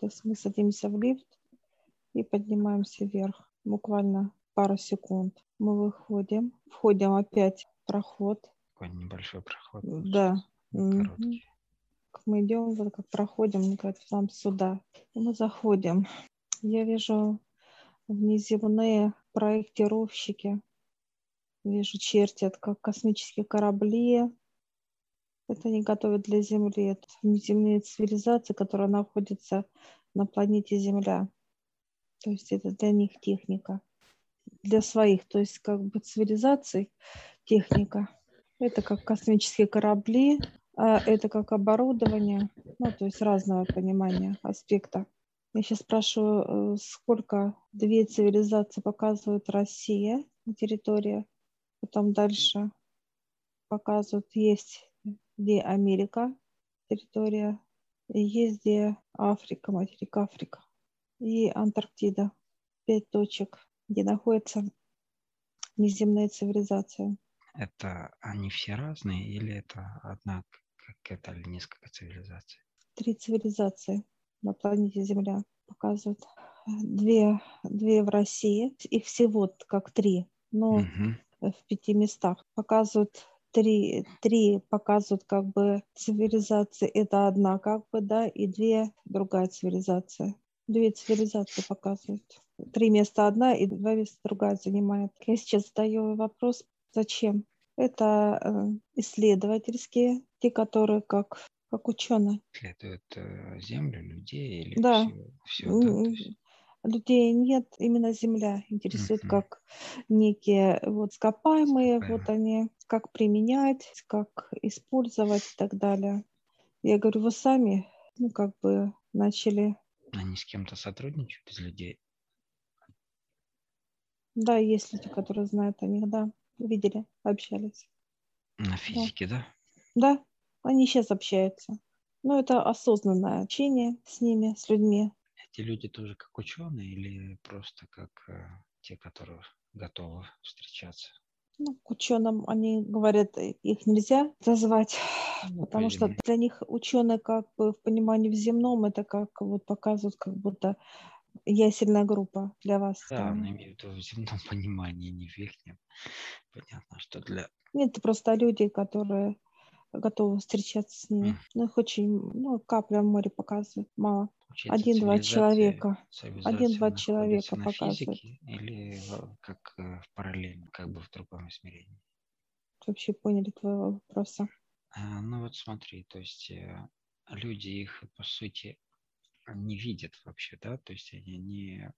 есть мы садимся в лифт и поднимаемся вверх. Буквально пару секунд. Мы выходим, входим опять в проход. Такой небольшой проход. Да. Короткий. Мы идем, вот как проходим, мы говорим, нам сюда. И мы заходим. Я вижу внеземные проектировщики. Вижу, чертят, как космические корабли. Это они готовят для Земли. Это внеземные цивилизации, которые находятся на планете Земля. То есть это для них техника. Для своих, то есть как бы цивилизаций техника. Это как космические корабли, а это как оборудование, ну, то есть разного понимания аспекта. Я сейчас спрашиваю, сколько две цивилизации показывает Россия на территории, потом дальше показывают, есть где Америка, территория, и есть где Африка, материк Африка, и Антарктида. 5 точек, где находится неземная цивилизация. Это они все разные или это одна какая-то или несколько цивилизаций? 3 цивилизации на планете Земля показывают. Две в России, их всего как 3, но в 5 местах. Показывают три показывают как бы цивилизации, это одна как бы, да, и 2 другая цивилизация. 2 цивилизации показывают. 3 места одна и 2 места другая занимает. Я сейчас задаю вопрос, зачем? Это исследовательские, те, которые как ученые. Исследуют Землю, людей или Да. все, да? То есть... Людей нет, именно Земля интересует как некие вот ископаемые, вот они, как применять, как использовать и так далее. Я говорю, вы сами, ну, как бы начали. Они с кем-то сотрудничают из людей? Да, есть люди, которые знают о них, да, видели, общались. На физике, да? Да, они сейчас общаются. Но это осознанное общение с ними, с людьми. Эти люди тоже как ученые или просто как те, которые готовы встречаться? Ну, к ученым они говорят, их нельзя назвать, потому что По-земному. для них ученые как бы в понимании в земном это как вот показывают, как будто ясельная группа для вас. Да, но имею в виду в земном понимании, не в верхнем. Понятно, что для... Нет, это просто люди, которые готовы встречаться с ними. Ну, их очень, ну, капля в море показывает, мало. Получается, Один-два человека. цивилизация Один-два находится человека на показывает. физике или как в параллельно, как бы в другом измерении? Вообще поняли твоего вопроса. Ну вот смотри, то есть люди их, по сути, не видят вообще, да? То есть они не...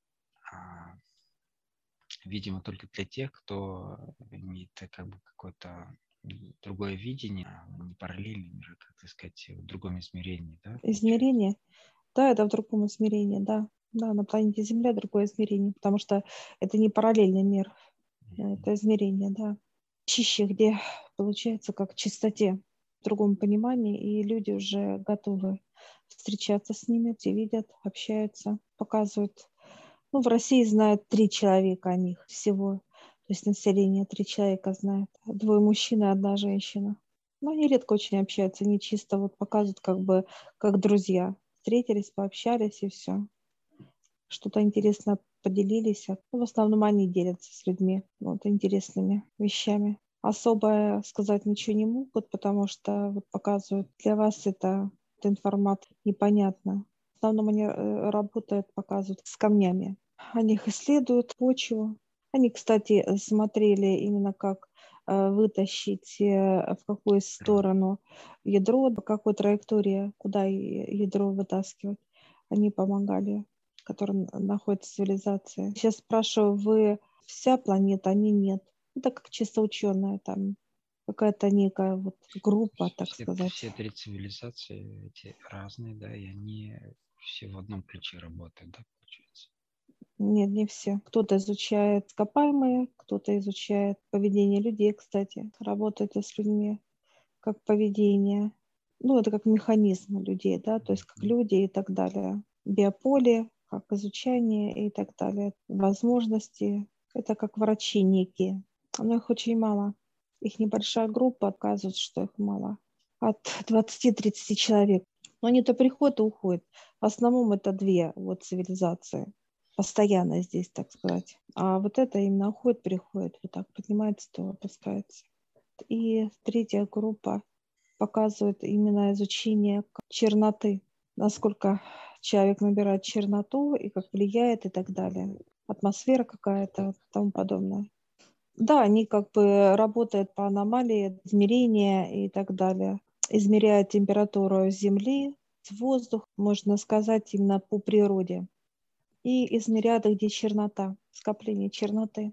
видимо, только для тех, кто имеет как бы какое-то другое видение, не параллельный мир, а, как сказать, в другом измерении, да, получается? Измерение? Да, это в другом измерении, да. Да, на планете Земля другое измерение, потому что это не параллельный мир, это измерение, да. Чище, где получается как в чистоте, в другом понимании, и люди уже готовы встречаться с ними, те видят, общаются, показывают. Ну, в России знают 3 человека о них всего. То есть население 3 человека знает. 2 мужчин и 1 женщина. Но они редко очень общаются, они чисто вот показывают как бы как друзья. Встретились, пообщались и все. Что-то интересно поделились. Ну, в основном они делятся с людьми вот, интересными вещами. Особо сказать ничего не могут, потому что вот показывают, для вас эта информация непонятна. В основном они работают, показывают с камнями. Они их исследуют, почву. Они, кстати, смотрели именно как вытащить в какую сторону ядро, по какой траектории, куда ядро вытаскивать. Они помогали, которые находятся в цивилизации. Сейчас спрашиваю, вы вся планета? Они нет. Это как чисто ученая, там какая-то некая вот группа, так сказать. Все 3 цивилизации эти разные, да, и они все в одном ключе работают, да, получается? Нет, не все. Кто-то изучает ископаемые, кто-то изучает поведение людей, кстати. Работает с людьми, как поведение. Ну, это как механизм людей, да, то есть как люди и так далее. Биополе, как изучение и так далее. Возможности. Это как врачи некие. Но их очень мало. Их небольшая группа, оказывается, что их мало. От 20-30 человек. Но они то приходят и уходят. В основном это две вот цивилизации. Постоянно здесь, так сказать. А вот это именно уходит, приходит. Вот так поднимается, то опускается. И третья группа показывает именно изучение черноты. Насколько человек набирает черноту и как влияет и так далее. Атмосфера какая-то, тому подобное. Да, они как бы работают по аномалии, измерения и так далее. Измеряют температуру Земли, воздух, можно сказать, именно по природе. И измеряют, где чернота, скопление черноты,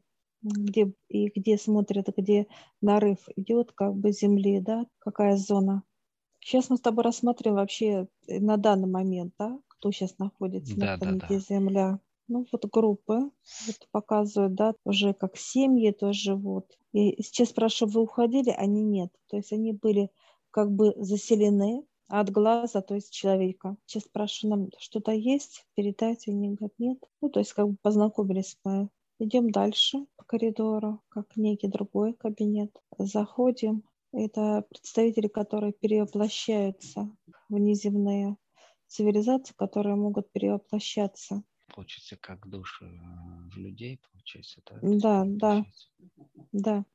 где смотрят, где нарыв идет как бы Земли, да, какая зона. Сейчас мы с тобой рассматриваем вообще на данный момент, да, кто сейчас находится на Да, да, планете да. Земля. Ну, вот группы вот показывают, да, уже как семьи тоже живут. И сейчас спрашиваю, вы уходили? Они нет. То есть они были как бы заселены от глаза, то есть человека. Сейчас спрашиваю, нам что-то есть? Передать? Они говорят, нет. Ну, то есть как бы познакомились мы. Идем дальше по коридору, как некий другой кабинет. Заходим. Это представители, которые перевоплощаются в внеземные цивилизации, которые могут перевоплощаться. Получается, как души в людей, получается, да? То есть Да, да, перевоплощаются. да.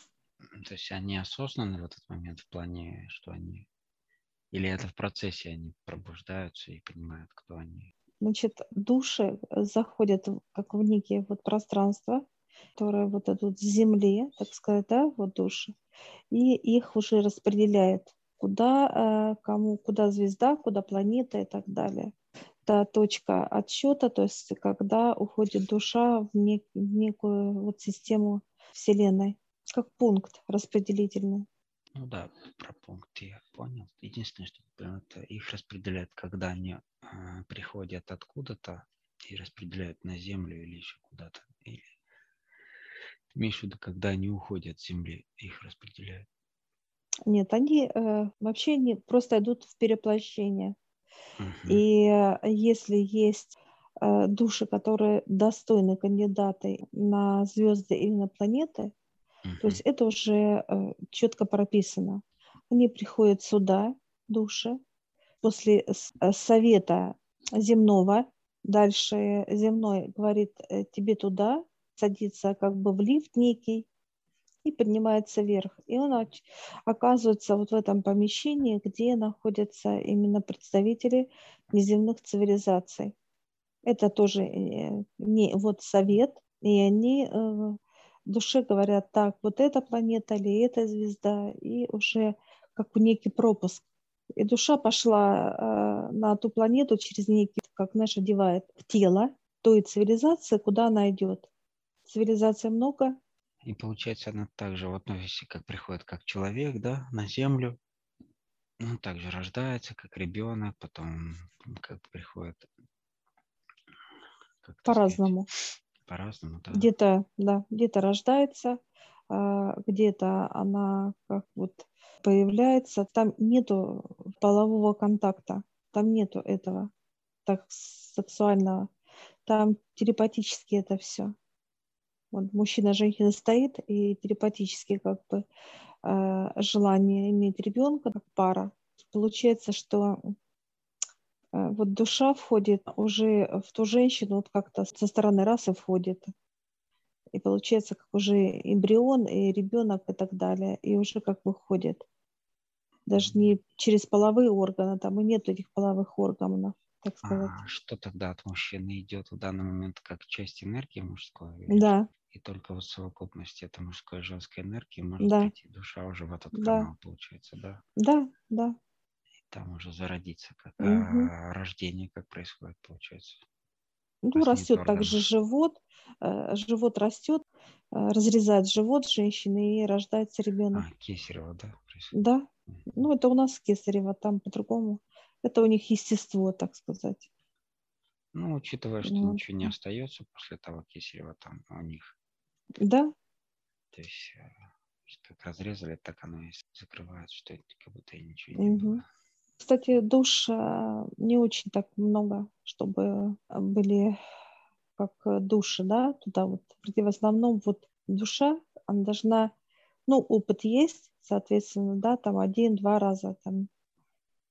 То есть они осознаны в этот момент в плане, что они... Или это в процессе они пробуждаются и понимают, кто они? Значит, души заходят как в некие вот пространства, которые вот идут с Земли, так сказать, да, вот души, и их уже распределяет, куда, кому, куда звезда, куда планета и так далее. Это точка отсчета, то есть когда уходит душа в некую вот систему Вселенной, как пункт распределительный. Ну да, про пункты я понял. Единственное, что это их распределяют, когда они приходят откуда-то и распределяют на Землю или еще куда-то. Или имеешь в виду, когда они уходят с Земли, их распределяют. Нет, они вообще не просто идут в переплощение. Угу, И если есть души, которые достойны кандидаты на звезды или на планеты, то угу, есть это уже четко прописано. Они приходят сюда, души, после совета земного, дальше земной говорит тебе туда, садится как бы в лифт некий и поднимается вверх. И он оказывается вот в этом помещении, где находятся именно представители неземных цивилизаций. Это тоже не вот совет, и они душе говорят, так, вот эта планета или эта звезда, и уже как бы некий пропуск. И душа пошла на ту планету через некий, как наш одевает, в тело той цивилизации, куда она идет. Цивилизаций много. и получается, она также в одной вещи, как приходит как человек, да, на Землю. Ну, также рождается, как ребенок, потом как приходит, как это сказать, По-разному. по-разному, да. Где-то, да, где-то рождается, где-то она как вот появляется. Там нету полового контакта, там нету этого так сексуального. Там телепатически это все. Вот мужчина, женщина стоит, и телепатически как бы желание иметь ребенка как пара. Получается, что вот душа входит уже в ту женщину, вот как-то со стороны расы входит. И получается, как уже эмбрион и ребенок и так далее, и уже как выходит. Даже не через половые органы, там и нет этих половых органов, так сказать. А что тогда от мужчины идет в данный момент как часть энергии мужской? Или Да, и только вот в совокупности это мужской и женской энергии может да, прийти душа уже в этот да, канал, получается, да? да, да. И там уже зародиться, как Мгм. рождение, как происходит, получается. У Ну, нас нет растет также органов. живот, живот растет, разрезает живот женщины и рождается ребенок. Кесарево, да, происходит. Да, Мгм. ну это у нас кесарево, там по-другому. Это у них естество, так сказать. Ну, учитывая, что Вот. ничего не остается после того кесарева там у них, Да, то есть как разрезали, так оно и закрывается, что это как будто и ничего не было. мгм. Кстати, душ не очень так много, чтобы были как души, да, туда вот. В основном вот душа, она должна, ну, опыт есть, соответственно, да, там один-два раза там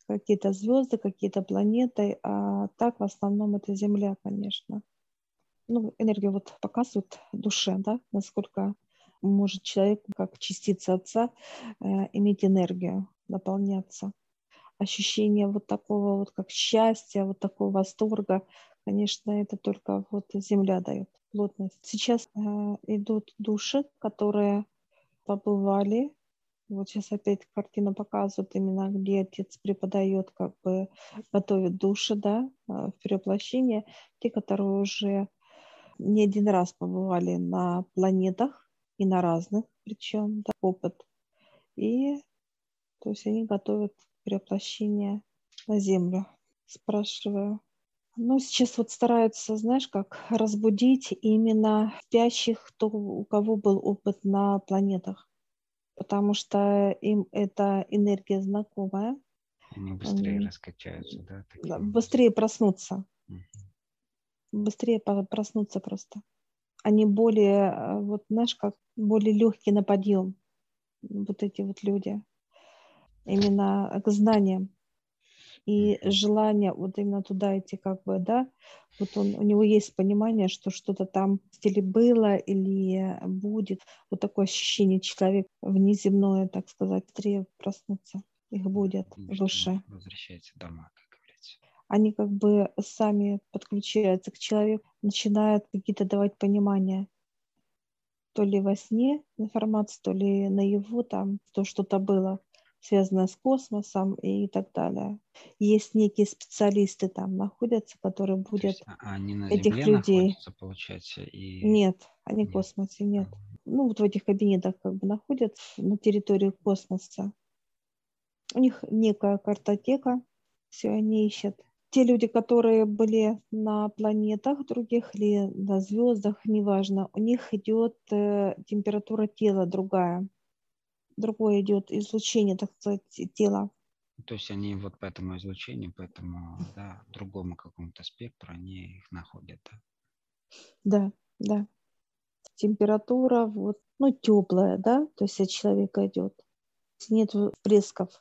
какие-то звезды, какие-то планеты, а так в основном это Земля, конечно. Ну, энергия вот показывает душе, да, насколько может человек, как частица Отца, иметь энергию, наполняться. Ощущение вот такого вот, как счастья, вот такого восторга, конечно, это только вот Земля дает плотность. Сейчас идут души, которые побывали. Вот сейчас опять картина показывает именно, где отец преподает, как бы готовит души, да, в перевоплощение. Те, которые уже не один раз побывали на планетах и на разных, причем, да, опыт. И то есть они готовят перевоплощение на Землю. Спрашиваю. Ну, сейчас вот стараются, знаешь, как разбудить именно спящих, кто, у кого был опыт на планетах, потому что им эта энергия знакомая. Они быстрее раскачаются, да, таким образом. Быстрее проснуться. Мгм. Быстрее проснуться просто. Они более, вот знаешь, как более легкие на подъем. Вот эти вот люди. Именно к знаниям. И Мгм. желание вот именно туда идти, как бы, да, вот у него есть понимание, что что-то там или было, или будет. Вот такое ощущение человек внеземное, так сказать, быстрее проснуться. Их будет Что выше. возвращается домой, как говорится. Они как бы сами подключаются к человеку, начинают какие-то давать понимания. То ли во сне информацию, то ли наяву, там, то что-то было связанное с космосом и так далее. Есть некие специалисты там находятся, которые То есть будут они на этих Земле людей. находятся, получается, и Нет, они в нет. космосе, нет. Ну, вот в этих кабинетах как бы находятся на территории космоса. У них некая картотека, все они ищут. Те люди, которые были на планетах других или на звездах, неважно, у них идет температура тела другая. Другое идет излучение, так сказать, тела. То есть они вот по этому излучению, по этому, да, другому какому-то спектру, они их находят, да? Да, да. Температура вот, ну, теплая, да, то есть от человека идет. Нет всплесков,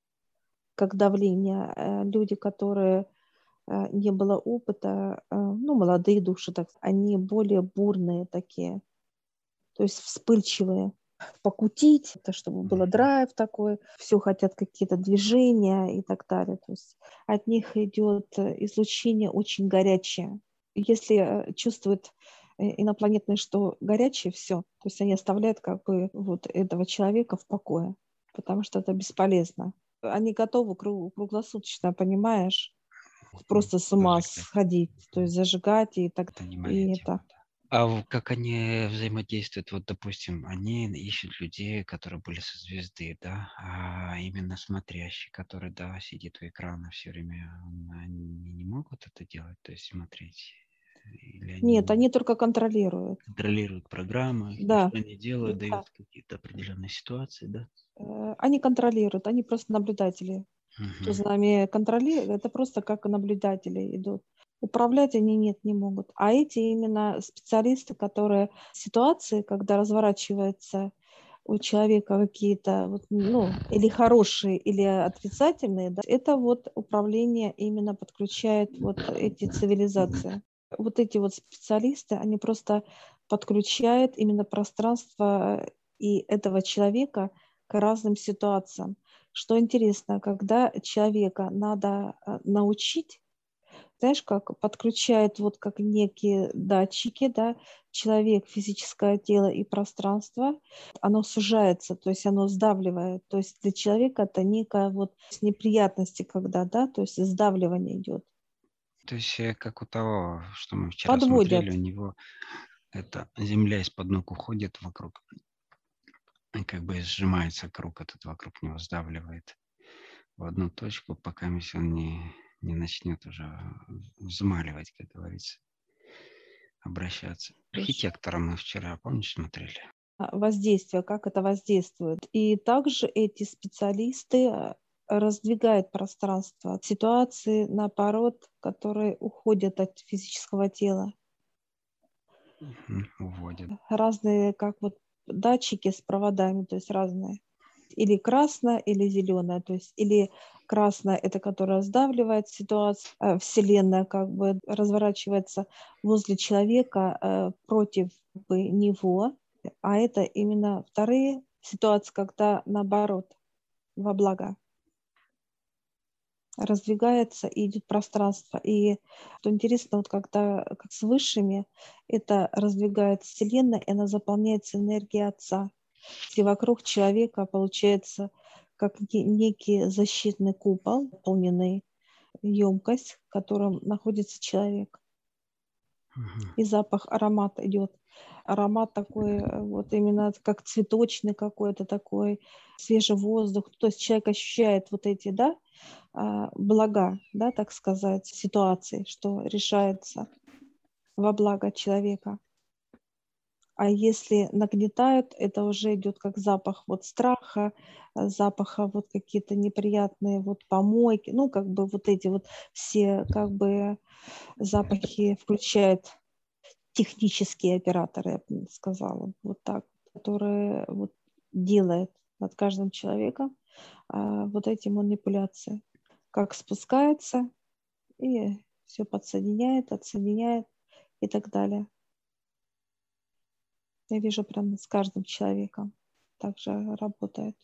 как давление. Люди, которые не было опыта, ну, молодые души, так, они более бурные такие, то есть вспыльчивые. Покутить, это чтобы было Мгм. драйв такой, все хотят какие-то движения и так далее. То есть от них идет излучение очень горячее. Если чувствуют инопланетные, что горячее, все, то есть они оставляют как бы вот этого человека в покое, потому что это бесполезно. Они готовы круглосуточно, понимаешь, просто с ума Зажигать. сходить, то есть зажигать и так, Это не моя и тема, это. да. А как они взаимодействуют? Вот, допустим, они ищут людей, которые были со звезды, да, а именно смотрящий, который, да, сидит у экрана все время, они не могут это делать, то есть смотреть? Или Нет, они они только контролируют. контролируют программы, и Да, что они делают, да. дают какие-то определенные ситуации, да? Они контролируют, они просто наблюдатели. Кто Мгм. за нами контролирует, это просто как наблюдатели идут. Управлять они нет, не могут. А эти именно специалисты, которые ситуации, когда разворачивается у человека какие-то, вот, ну, или хорошие, или отрицательные, да, это вот управление именно подключает вот эти цивилизации. Вот эти вот специалисты, они просто подключают именно пространство и этого человека к разным ситуациям. Что интересно, когда человека надо научить, знаешь, как подключают вот как некие датчики, да, человек, физическое тело и пространство, оно сужается, то есть оно сдавливает. То есть для человека это некая вот неприятности, когда, да, то есть сдавливание идет. То есть как у того, что мы вчера смотрели, у Подводят. него эта земля из-под ног уходит вокруг, и как бы сжимается круг этот вокруг него, сдавливает в одну точку, пока он не начнет уже взмаливать, как говорится, обращаться. Архитектором мы вчера, помнишь, смотрели? Воздействие, как это воздействует. И также эти специалисты раздвигают пространство, ситуации, наоборот, которые уходят от физического тела. Мгм. Уводит. Разные, как вот датчики с проводами, то есть разные. или красное, или зеленое. То есть или красное – это которое сдавливает ситуацию, Вселенная как бы разворачивается возле человека против него, а это именно вторые ситуации, когда наоборот, во благо раздвигается и идет пространство. И что интересно, вот когда как с высшими, это раздвигается Вселенная, и она заполняется энергией Отца. И вокруг человека получается как некий защитный купол, наполненный емкость, в котором находится человек. И запах, аромат идет. Аромат такой, вот именно как цветочный какой-то такой, свежий воздух. То есть человек ощущает вот эти, да, блага, да, так сказать, ситуации, что решается во благо человека. А если нагнетают, это уже идет как запах вот страха, запаха вот какие-то неприятные вот помойки, ну как бы вот эти вот все как бы запахи включают технические операторы, я бы сказала, вот так, которые вот делают над каждым человеком вот эти манипуляции, как спускается и все подсоединяет, отсоединяет и так далее. Я вижу прям с каждым человеком также работает.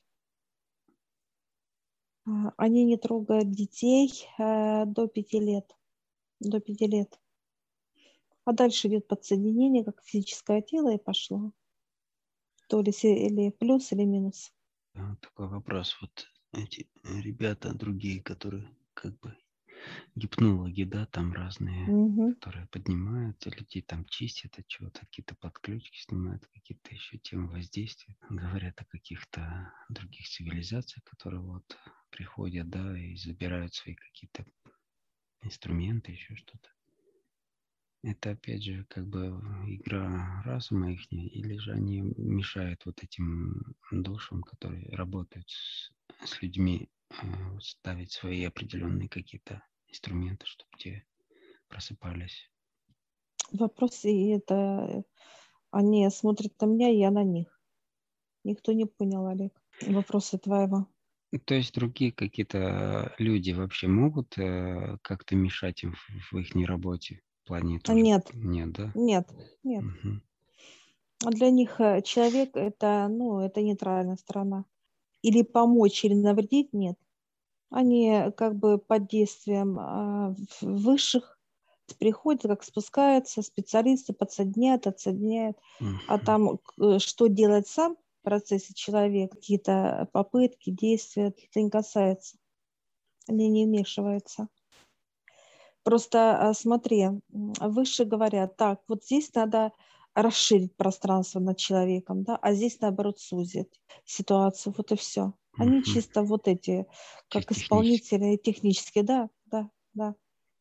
Они не трогают детей до 5 лет. До 5 лет. А дальше идет подсоединение, как физическое тело, и пошло. То ли или плюс, или минус. Такой вопрос. Вот эти ребята другие, которые как бы гипнологи, да, там разные, которые поднимают людей, там чистят от чего-то, какие-то подключки снимают, какие-то еще темы воздействия. Говорят о каких-то других цивилизациях, которые вот приходят, да, и забирают свои какие-то инструменты, еще что-то. Это, опять же, как бы игра разума их, или же они мешают вот этим душам, которые работают с людьми, ставить свои определенные какие-то инструменты, чтобы те просыпались. Вопрос, и это они смотрят на меня, и я на них. Никто не понял, Олег, вопросы твоего. То есть другие какие-то люди вообще могут как-то мешать им в их работе? В плане тоже? Нет, Нет, да? нет, нет. Угу. А для них человек это, ну, это нейтральная сторона. Или помочь, или навредить нет. Они как бы под действием высших приходят, как спускаются, специалисты подсоединяют, отсоединяют. А там что делать сам в процессе человек, какие-то попытки, действия, это не касается. Они не вмешиваются. Просто смотри, выше говорят, так, вот здесь надо расширить пространство над человеком, да, а здесь, наоборот, сузить ситуацию, вот и все. Они чисто вот эти, как Чисто технически. исполнители технические, да, да, да.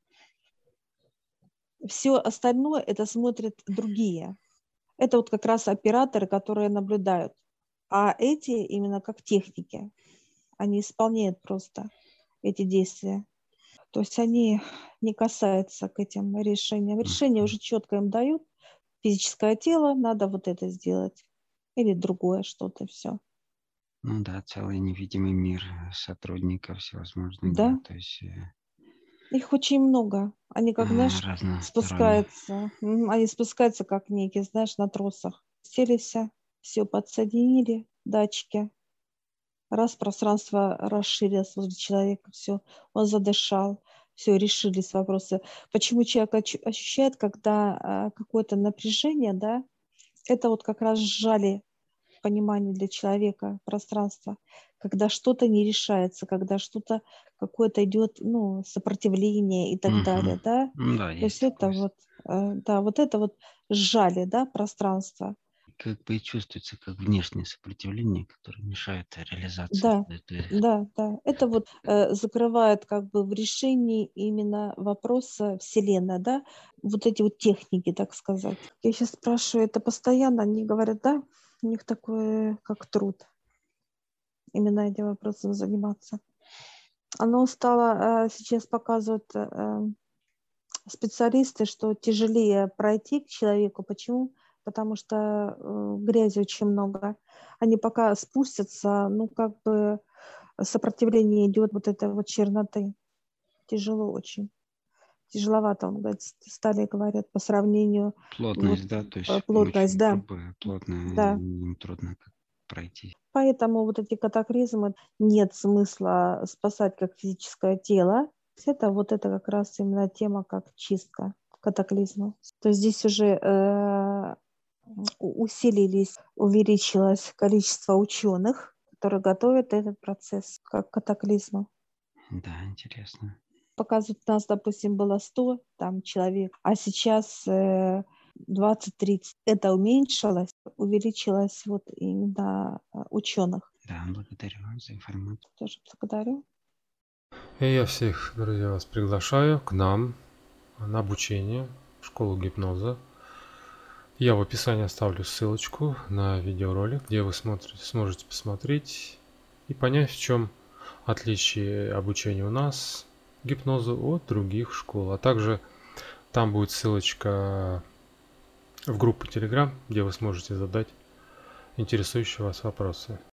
Все остальное это смотрят другие. Это вот как раз операторы, которые наблюдают. А эти именно как техники. Они исполняют просто эти действия. То есть они не касаются к этим решениям. Решения уже четко им дают. Физическое тело, надо вот это сделать. Или другое что-то, все. Ну да, целый невидимый мир сотрудников всевозможных, да, Да, то есть их очень много. Они как, знаешь, разносторонне. спускаются. Они спускаются как некие, знаешь, на тросах. Селись, все подсоединили, датчики. Раз пространство расширилось возле человека, все, он задышал, все, решились вопросы. Почему человек ощущает, когда какое-то напряжение, да, это вот как раз сжали понимание для человека пространства, когда что-то не решается, когда что-то какое-то идет, ну, сопротивление и так далее, да. Ну да, То есть есть это такое. вот, да, вот это вот сжали, да, пространство. Как бы и чувствуется как внешнее сопротивление, которое мешает реализации. Да, да, да. Это вот закрывает как бы в решении именно вопроса Вселенной, да, вот эти вот техники, так сказать. Я сейчас спрашиваю, это постоянно, они говорят, да, у них такое, как труд, именно этим вопросом заниматься. Оно стало, сейчас показывают специалисты, что тяжелее пройти к человеку. Почему? потому что грязи очень много. Они пока спустятся, ну, как бы сопротивление идет вот этой вот черноты. Тяжело очень. Тяжеловато, он говорит, стали, говорят, по сравнению вот, Плотность, да, то есть плотность, очень да, грубая, плотная, да. им трудно пройти. Поэтому вот эти катаклизмы нет смысла спасать как физическое тело. Это вот это как раз именно тема как чистка катаклизма. То есть здесь уже усилились, увеличилось количество ученых, которые готовят этот процесс как катаклизма. Да, интересно. Показывают, у нас, допустим, было 100 там, человек, а сейчас 20-30. Это уменьшилось, увеличилось вот именно ученых. Да, благодарю вас за информацию. Тоже благодарю. И я всех, друзья, вас приглашаю к нам на обучение в школу гипноза. Я в описании оставлю ссылочку на видеоролик, где вы сможете посмотреть и понять, в чем отличие обучения у нас гипнозу от других школ. А также там будет ссылочка в группу Telegram, где вы сможете задать интересующие вас вопросы.